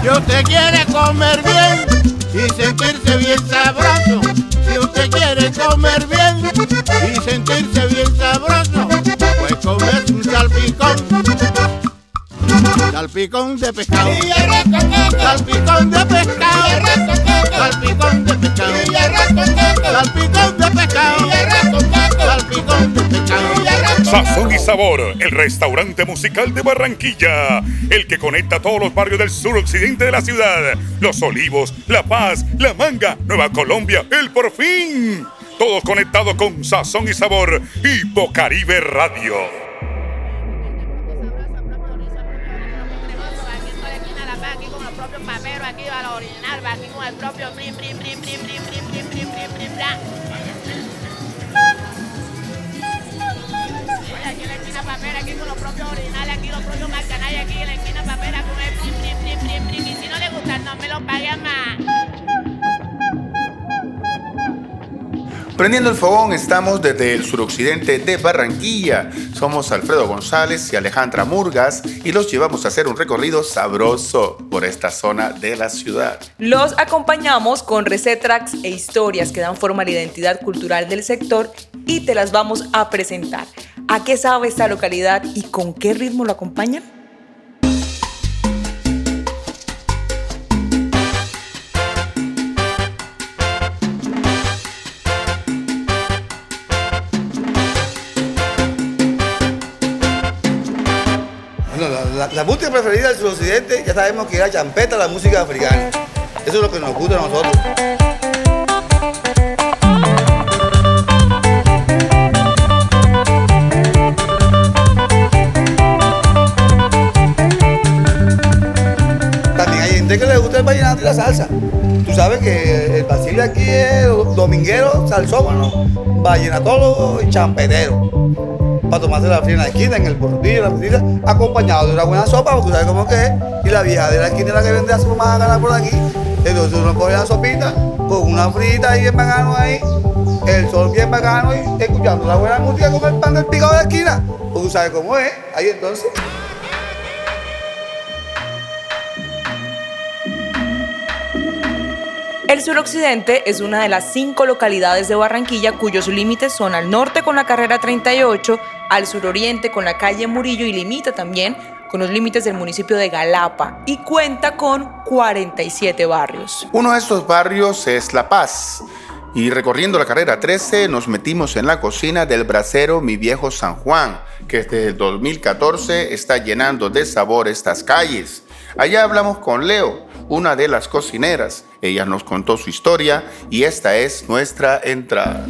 Si usted quiere comer bien y sentirse bien sabroso, si usted quiere comer bien y sentirse bien sabroso, pues comerse un salpicón, salpicón de pescado, salpicón de pescado, salpicón de pescado, salpicón de pescado, salpicón de pescado. Sazón y Sabor, el restaurante musical de Barranquilla, el que conecta a todos los barrios del suroccidente de la ciudad, Los Olivos, La Paz, La Manga, Nueva Colombia, El Porfín. Todos conectados con Sazón y Sabor y Bocaribe Radio. Aquí va lo original, va aquí con el propio brin, brin, brin, brin, brin, brin, brin, brin, brin, brin, bla. Oye, aquí en la esquina papera, aquí con los propios originales, aquí los propios marcanales, aquí en la esquina papera con el brin, brin, brin, brin, brin. Y si no le gusta, no me lo paguen más. Prendiendo el fogón, estamos desde el suroccidente de Barranquilla. Somos Alfredo González y Alejandra Murgas y los llevamos a hacer un recorrido sabroso por esta zona de la ciudad. Los acompañamos con recetas e historias que dan forma a la identidad cultural del sector y te las vamos a presentar. ¿A qué sabe esta localidad y con qué ritmo lo acompañan? La música preferida del suroccidente, ya sabemos que es la champeta, la música africana. Eso es lo que nos gusta a nosotros. También hay gente que le gusta el vallenato y la salsa. Tú sabes que el Basilio aquí es dominguero, salsófono, vallenatólogo y champetero. Para tomarse la fría en la esquina, en el bordillo, en la piscina, acompañado de una buena sopa, porque sabes cómo que es. Y la vieja de la esquina es la que vende la sopa más ganar por aquí. Entonces uno coge la sopita con una frita ahí bien bacano ahí, el sol bien bacano y escuchando la buena música con el pan del picado de la esquina. Porque tú sabes cómo es. Ahí entonces. El suroccidente es una de las 5 localidades de Barranquilla cuyos límites son al norte con la carrera 38, al suroriente con la calle Murillo y limita también con los límites del municipio de Galapa y cuenta con 47 barrios. Uno de estos barrios es La Paz. Y recorriendo la carrera 13 nos metimos en la cocina del brasero Mi Viejo San Juan, que desde el 2014 está llenando de sabor estas calles. Allá hablamos con Leo, una de las cocineras. Ella nos contó su historia y esta es nuestra entrada.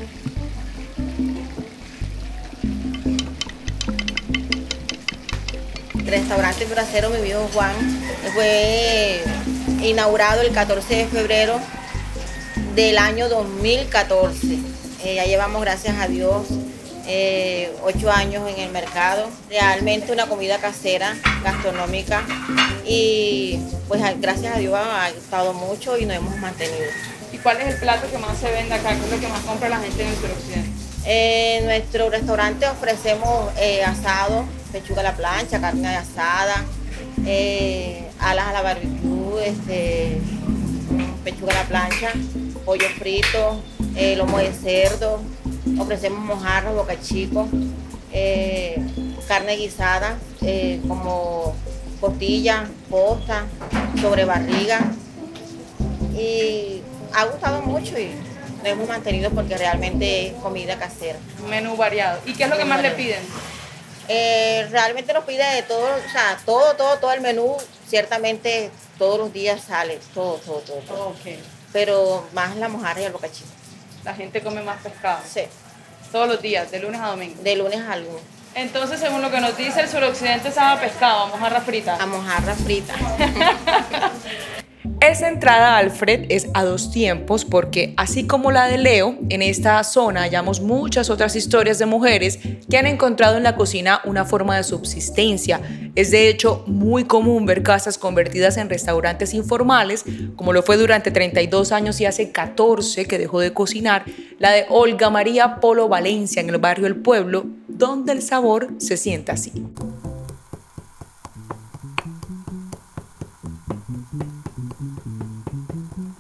Restaurante Brasero Mi Viejo Juan fue inaugurado el 14 de febrero del año 2014. Ya llevamos, gracias a Dios, 8 años en el mercado. Realmente una comida casera, gastronómica, y pues gracias a Dios ha gustado mucho y nos hemos mantenido. ¿Y cuál es el plato que más se vende acá? ¿Qué es lo que más compra la gente en el suroccidente? En nuestro restaurante ofrecemos asado, pechuga a la plancha, carne asada, alas a la barbecue, pechuga a la plancha, pollo frito, lomo de cerdo, ofrecemos mojarras, bocachico, carne guisada, como costilla, posta, sobre barriga, y ha gustado mucho y nos hemos mantenido porque realmente es comida casera. Un menú variado. ¿Y qué es lo que más le piden? Realmente nos pide de todo, o sea, todo el menú, ciertamente todos los días sale, todo. Okay. Pero más la mojarra y el bocachico. La gente come más pescado. Sí. Todos los días, de lunes a domingo. De lunes a lunes. Entonces, según lo que nos dice el suroccidente, sabe a pescado, a mojarra frita. A mojarra frita. Esa entrada, Alfred, es a 2 tiempos porque, así como la de Leo, en esta zona hallamos muchas otras historias de mujeres que han encontrado en la cocina una forma de subsistencia. Es de hecho muy común ver casas convertidas en restaurantes informales, como lo fue durante 32 años y hace 14 que dejó de cocinar, la de Olga María Polo Valencia en el barrio El Pueblo, donde el sabor se siente así.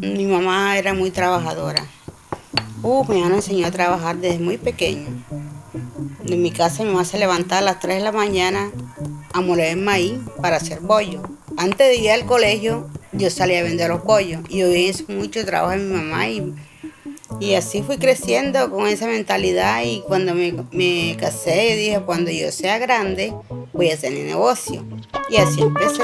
Mi mamá era muy trabajadora. Mi mamá nos enseñó a trabajar desde muy pequeño. En mi casa mi mamá se levantaba a las 3 de la mañana a moler el maíz para hacer bollo. Antes de ir al colegio, yo salía a vender los bollos. Y yo vi mucho trabajo de mi mamá y así fui creciendo con esa mentalidad. Y cuando me casé, dije, cuando yo sea grande, voy a hacer mi negocio. Y así empecé.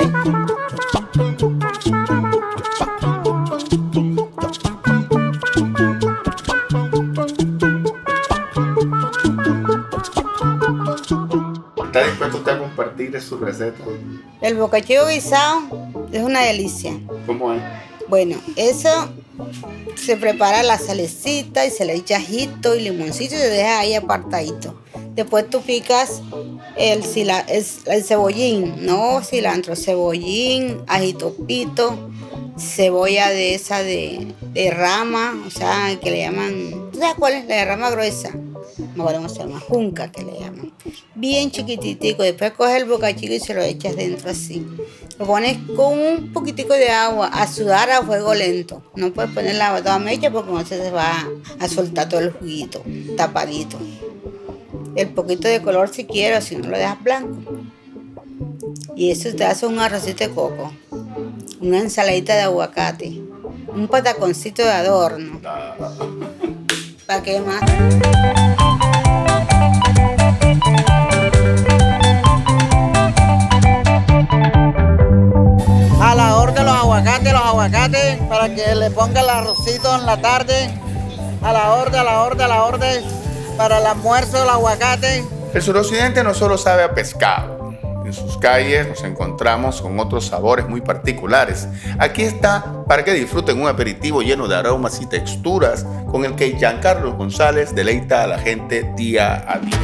¿Está dispuesto usted a compartir su receta? El bocachillo guisado es una delicia. ¿Cómo es? Bueno, eso se prepara la salecita y se le echa ajito y limoncito y se deja ahí apartadito. Después tú picas el cebollín, no cilantro, cebollín, ajito pito, cebolla de esa de rama, o sea, que le llaman, ¿tú sabes cuál es? La de rama gruesa. No podemos hacer más junca, que le llaman. Bien chiquititico. Después coges el bocachillo y se lo echas dentro así. Lo pones con un poquitico de agua a sudar a fuego lento. No puedes poner la toda mecha porque no se va a soltar todo el juguito, tapadito. El poquito de color si quieres, si no lo dejas blanco. Y eso te hace un arrocito de coco, una ensaladita de aguacate, un pataconcito de adorno. ¿Para qué más? A la hora de los aguacates, para que le ponga el arrocito en la tarde. A la hora, para el almuerzo el aguacate. El suroccidente no solo sabe a pescado. En sus calles nos encontramos con otros sabores muy particulares. Aquí está para que disfruten un aperitivo lleno de aromas y texturas con el que Giancarlo González deleita a la gente día a día.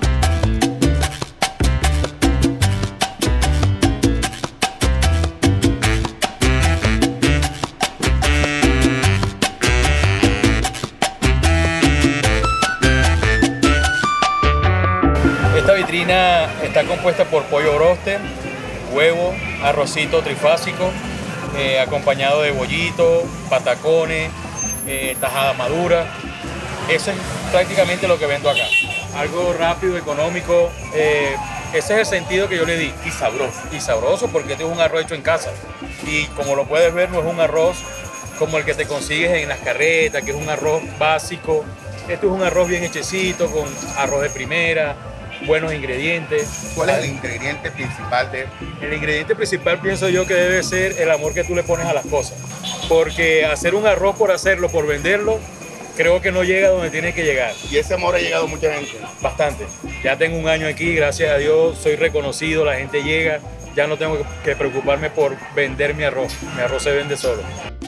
Esta vitrina está compuesta por pollo broster, huevo, arrocito trifásico, acompañado de bollito, patacones, tajada madura. Eso es prácticamente lo que vendo acá. Algo rápido, económico. Ese es el sentido que yo le di. Y sabroso. Y sabroso porque este es un arroz hecho en casa. Y como lo puedes ver, no es un arroz como el que te consigues en las carretas, que es un arroz básico. Este es un arroz bien hechecito, con arroz de primera, buenos ingredientes. ¿Cuál es el ingrediente principal de esto? El ingrediente principal pienso yo que debe ser el amor que tú le pones a las cosas. Porque hacer un arroz por hacerlo, por venderlo, creo que no llega donde tiene que llegar. ¿Y ese amor ha llegado a mucha gente? Bastante. Ya tengo un año aquí, gracias a Dios, soy reconocido, la gente llega. Ya no tengo que preocuparme por vender mi arroz. Mi arroz se vende solo.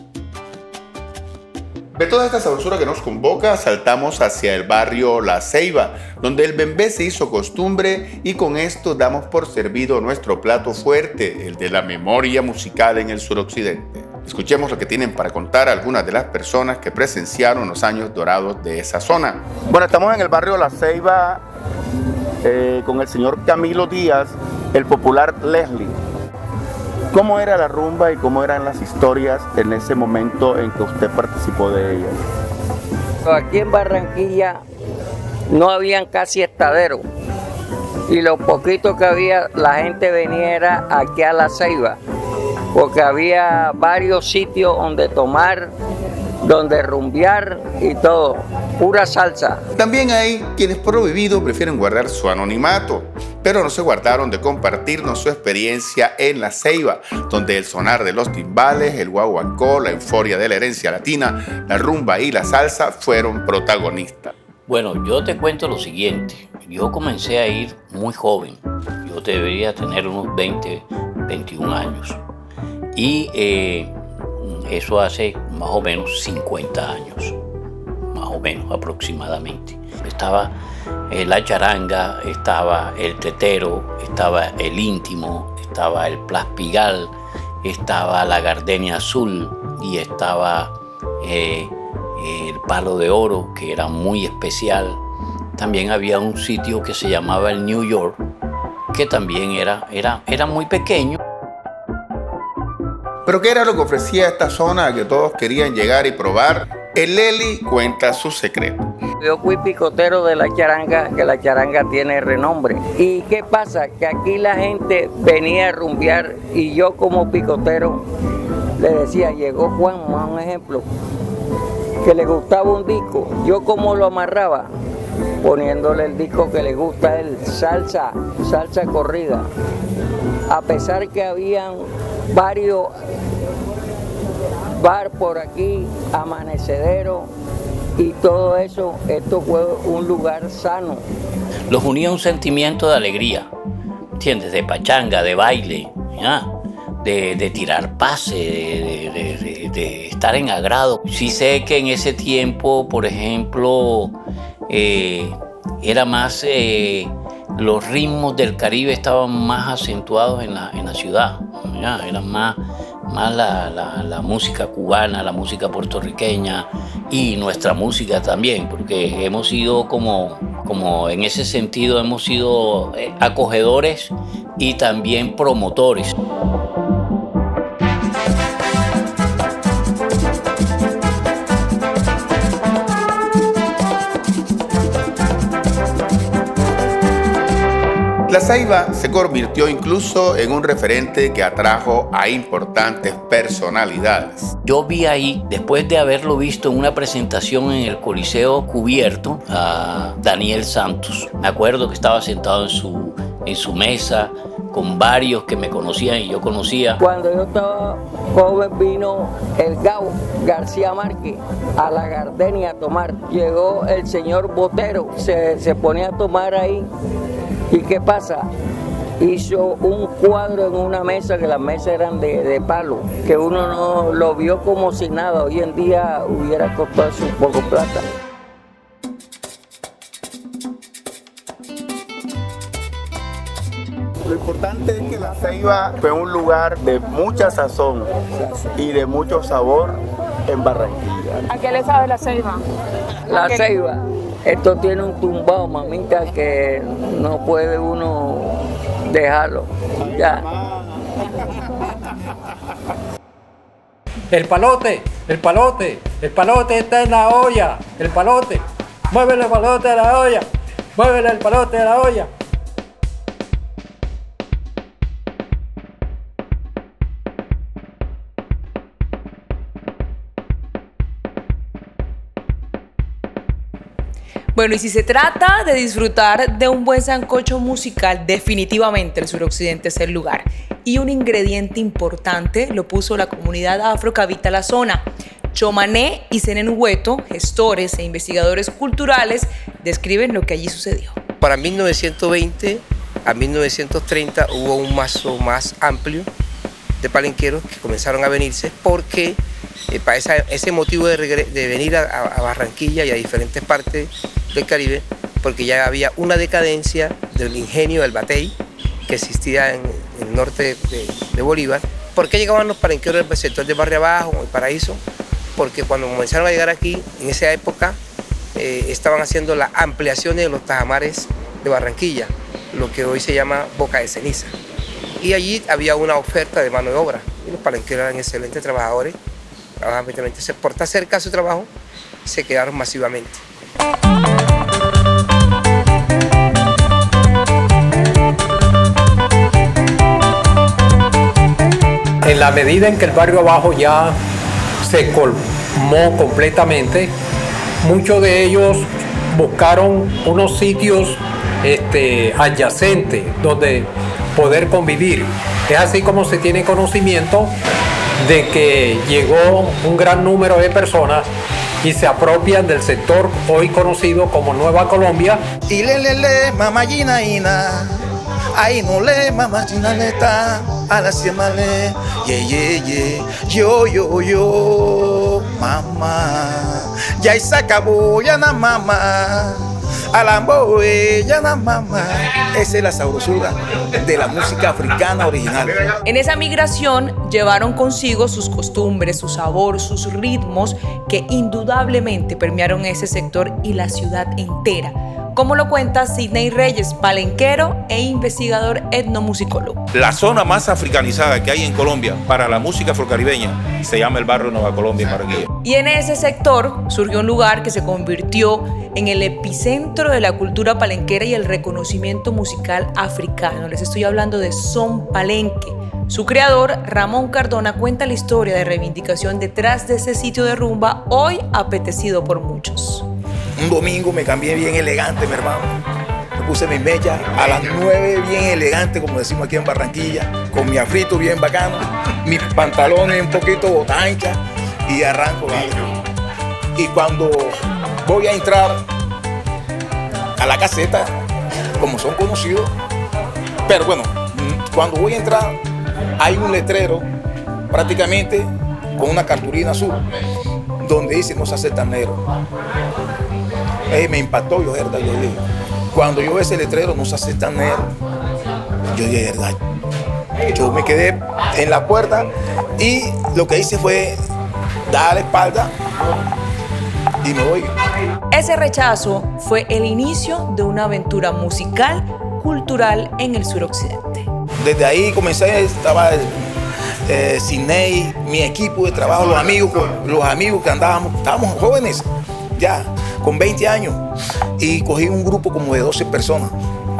De toda esta sabrosura que nos convoca, saltamos hacia el barrio La Ceiba, donde el bembé se hizo costumbre y con esto damos por servido nuestro plato fuerte, el de la memoria musical en el suroccidente. Escuchemos lo que tienen para contar algunas de las personas que presenciaron los años dorados de esa zona. Bueno, estamos en el barrio La Ceiba con el señor Camilo Díaz, el popular Leslie. ¿Cómo era la rumba y cómo eran las historias en ese momento en que usted participó de ellas? Aquí en Barranquilla no habían casi estaderos y lo poquito que había, la gente venía era aquí a La Ceiba, porque había varios sitios donde tomar, donde rumbear y todo, pura salsa. También hay quienes por lo vivido prefieren guardar su anonimato, pero no se guardaron de compartirnos su experiencia en La Ceiba, donde el sonar de los timbales, el guaguancó, la euforia de la herencia latina, la rumba y la salsa fueron protagonistas. Bueno, yo te cuento lo siguiente. Yo comencé a ir muy joven. Yo debería tener unos 20, 21 años. Y eso hace más o menos 50 años, más o menos aproximadamente. Estaba la charanga, estaba el tetero, estaba el íntimo, estaba el plaspigal, estaba la gardenia azul y estaba el palo de oro, que era muy especial. También había un sitio que se llamaba el New York, que también era muy pequeño. Pero ¿qué era lo que ofrecía esta zona que todos querían llegar y probar? El Leli cuenta su secreto. Yo fui picotero de la charanga, que la charanga tiene renombre. ¿Y qué pasa? Que aquí la gente venía a rumbear y yo como picotero le decía, llegó Juan, un ejemplo, que le gustaba un disco. Yo como lo amarraba, poniéndole el disco que le gusta a él, salsa corrida. A pesar que habían varios bar por aquí, amanecedero y todo eso, esto fue un lugar sano. Los unía un sentimiento de alegría, ¿entiendes? De pachanga, de baile, ¿ya? De tirar pase, de estar en agrado. Sí sé que en ese tiempo, por ejemplo, era más, los ritmos del Caribe estaban más acentuados en la ciudad, ¿ya? Eran más la música cubana, la música puertorriqueña y nuestra música también, porque hemos sido como en ese sentido hemos sido acogedores y también promotores. La Ceiba se convirtió incluso en un referente que atrajo a importantes personalidades. Yo vi ahí, después de haberlo visto en una presentación en el Coliseo Cubierto, a Daniel Santos. Me acuerdo que estaba sentado en su mesa con varios que me conocían y yo conocía. Cuando yo estaba joven vino el Gao García Márquez a la Gardenia a tomar. Llegó el señor Botero, se ponía a tomar ahí. ¿Y qué pasa? Hizo un cuadro en una mesa, que las mesas eran de palo, que uno no lo vio como si nada. Hoy en día hubiera costado un poco plata. Lo importante es que la Ceiba fue un lugar de mucha sazón y de mucho sabor en Barranquilla. ¿A qué le sabe la Ceiba? La Ceiba. Esto tiene un tumbado, mamita, que no puede uno dejarlo. Ya. El palote está en la olla. El palote. Muévele el palote a la olla. Muévele el palote a la olla. Bueno, y si se trata de disfrutar de un buen sancocho musical, definitivamente el suroccidente es el lugar. Y un ingrediente importante lo puso la comunidad afro que habita la zona. Chomané y Senen Hueto, gestores e investigadores culturales, describen lo que allí sucedió. Para 1920 a 1930 hubo un mazo más amplio de palenqueros que comenzaron a venirse porque para ese motivo de venir a Barranquilla y a diferentes partes del Caribe, porque ya había una decadencia del ingenio del batey que existía en el norte de Bolívar. ¿Por qué llegaban los palenqueros del sector de Barrio Abajo, el Paraíso? Porque cuando comenzaron a llegar aquí, en esa época, estaban haciendo las ampliaciones de los tajamares de Barranquilla, lo que hoy se llama Boca de Ceniza. Y allí había una oferta de mano de obra, y los palenqueros eran excelentes trabajadores, trabajaban habitualmente. Por estar cerca de su trabajo, se quedaron masivamente. En la medida en que el barrio abajo ya se colmó completamente, muchos de ellos buscaron unos sitios adyacentes donde poder convivir. Es así como se tiene conocimiento de que llegó un gran número de personas y se apropian del sector hoy conocido como Nueva Colombia. Y le, mamayina ina, ahí no le, mamayina neta, a la siemale, ye, yo, mamá, ya se acabó, ya na mamá. Alamboe, ya na mamá. Esa es la sabrosura de la música africana original. En esa migración llevaron consigo sus costumbres, su sabor, sus ritmos que indudablemente permearon ese sector y la ciudad entera. como lo cuenta Sidney Reyes, palenquero e investigador etnomusicólogo. La zona más africanizada que hay en Colombia para la música afrocaribeña se llama el barrio Nueva Colombia en Barranquilla. Y en ese sector surgió un lugar que se convirtió en el epicentro de la cultura palenquera y el reconocimiento musical africano. Les estoy hablando de Son Palenque. Su creador, Ramón Cardona, cuenta la historia de reivindicación detrás de ese sitio de rumba hoy apetecido por muchos. Un domingo me cambié bien elegante, mi hermano. Me puse mis mechas a las 9 bien elegante, como decimos aquí en Barranquilla, con mi afrito bien bacano, mis pantalones un poquito bota ancha y arranco, ¿vale? Y cuando voy a entrar a la caseta, como son conocidos, pero bueno, cuando voy a entrar hay un letrero prácticamente con una cartulina azul donde dice no se aceptan negros. Me impactó, yo dije, cuando yo veo ese letrero no se aceptan negros, yo dije, verdad. Yo me quedé en la puerta y lo que hice fue dar la espalda y me voy. Ese rechazo fue el inicio de una aventura musical, cultural en el suroccidente. Desde ahí comencé, estaba Sidney, mi equipo de trabajo, los amigos que estábamos jóvenes, ya con 20 años, y cogí un grupo como de 12 personas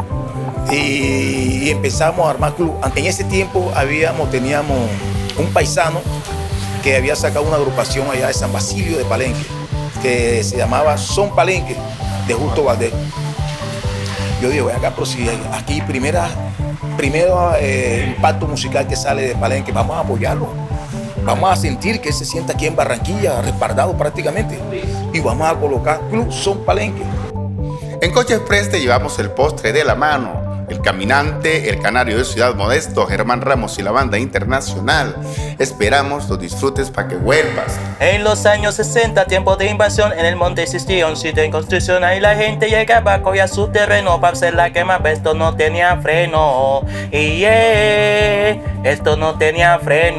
y empezamos a armar club. En ese tiempo teníamos un paisano que había sacado una agrupación allá de San Basilio de Palenque, que se llamaba Son Palenque, de Justo Valdés. Yo digo, ven acá, pero si aquí primero impacto musical que sale de Palenque, vamos a apoyarlo. Vamos a sentir que él se sienta aquí en Barranquilla, respaldado prácticamente. Y vamos a colocar Club Son Palenque. En Coche Express te llevamos el postre de la mano. El caminante, el canario de Ciudad Modesto, Germán Ramos y la banda internacional. Esperamos los disfrutes para que vuelvas. En los años 60, tiempo de invasión, en el monte existía un sitio en construcción. Ahí la gente llegaba a coger su terreno para hacer la quema, pero esto no tenía freno. Y esto no tenía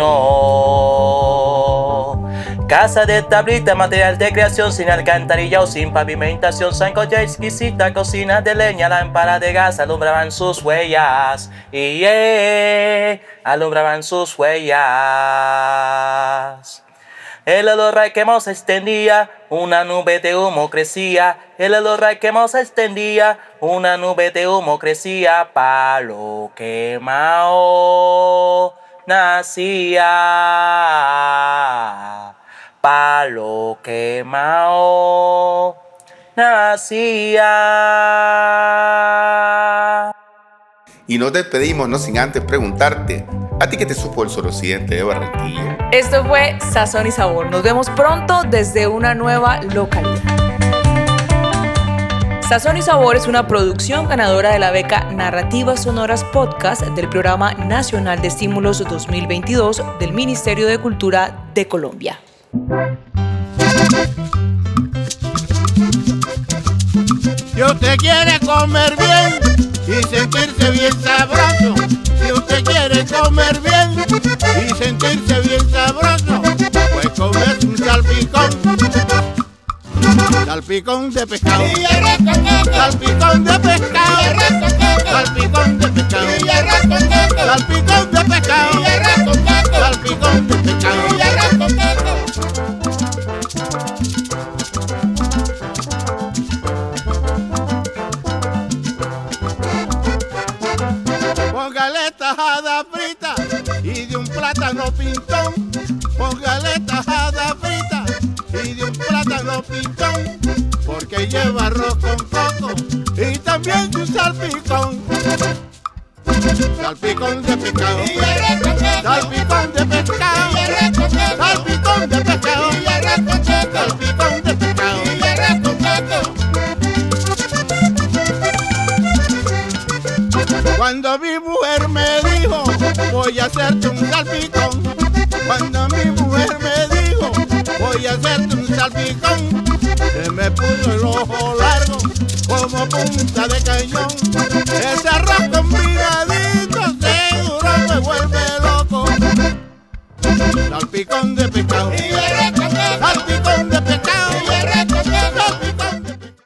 freno. Casa de tablita, material de creación, sin alcantarilla o sin pavimentación. Sancocha exquisita, cocina de leña, lámpara de gas, alumbraban sus huellas. Y alumbraban sus huellas. El olor a quemado se extendía, una nube de humo crecía. El olor a quemado se extendía, una nube de humo crecía. Palo quemado nacía. Palo quemado nacía. Y nos despedimos, no sin antes preguntarte, ¿a ti qué te supo el suroccidente de Barranquilla? Esto fue Sazón y Sabor. Nos vemos pronto desde una nueva localidad. Sazón y Sabor es una producción ganadora de la beca Narrativas Sonoras Podcast del Programa Nacional de Estímulos 2022 del Ministerio de Cultura de Colombia. Si usted quiere comer bien y sentirse bien sabroso, si usted quiere comer bien y sentirse bien sabroso, pues comerse un salpicón. Salpicón de pescado, salpicón de pescado, salpicón de pescado, salpicón de pescado, salpicón de pescado. Póngale tajada frita y de un plátano pintón. Póngale tajada frita y de un plátano pintón, porque lleva arroz con coco y también un salpicón. Salpicón de pescado, salpicón de pescado, salpicón de pescado, salpicón de pescado. Cuando mi mujer me dijo, voy a hacerte un salpicón. Cuando mi mujer me dijo, voy a hacerte un salpicón, se me puso el ojo largo como punta de cañón.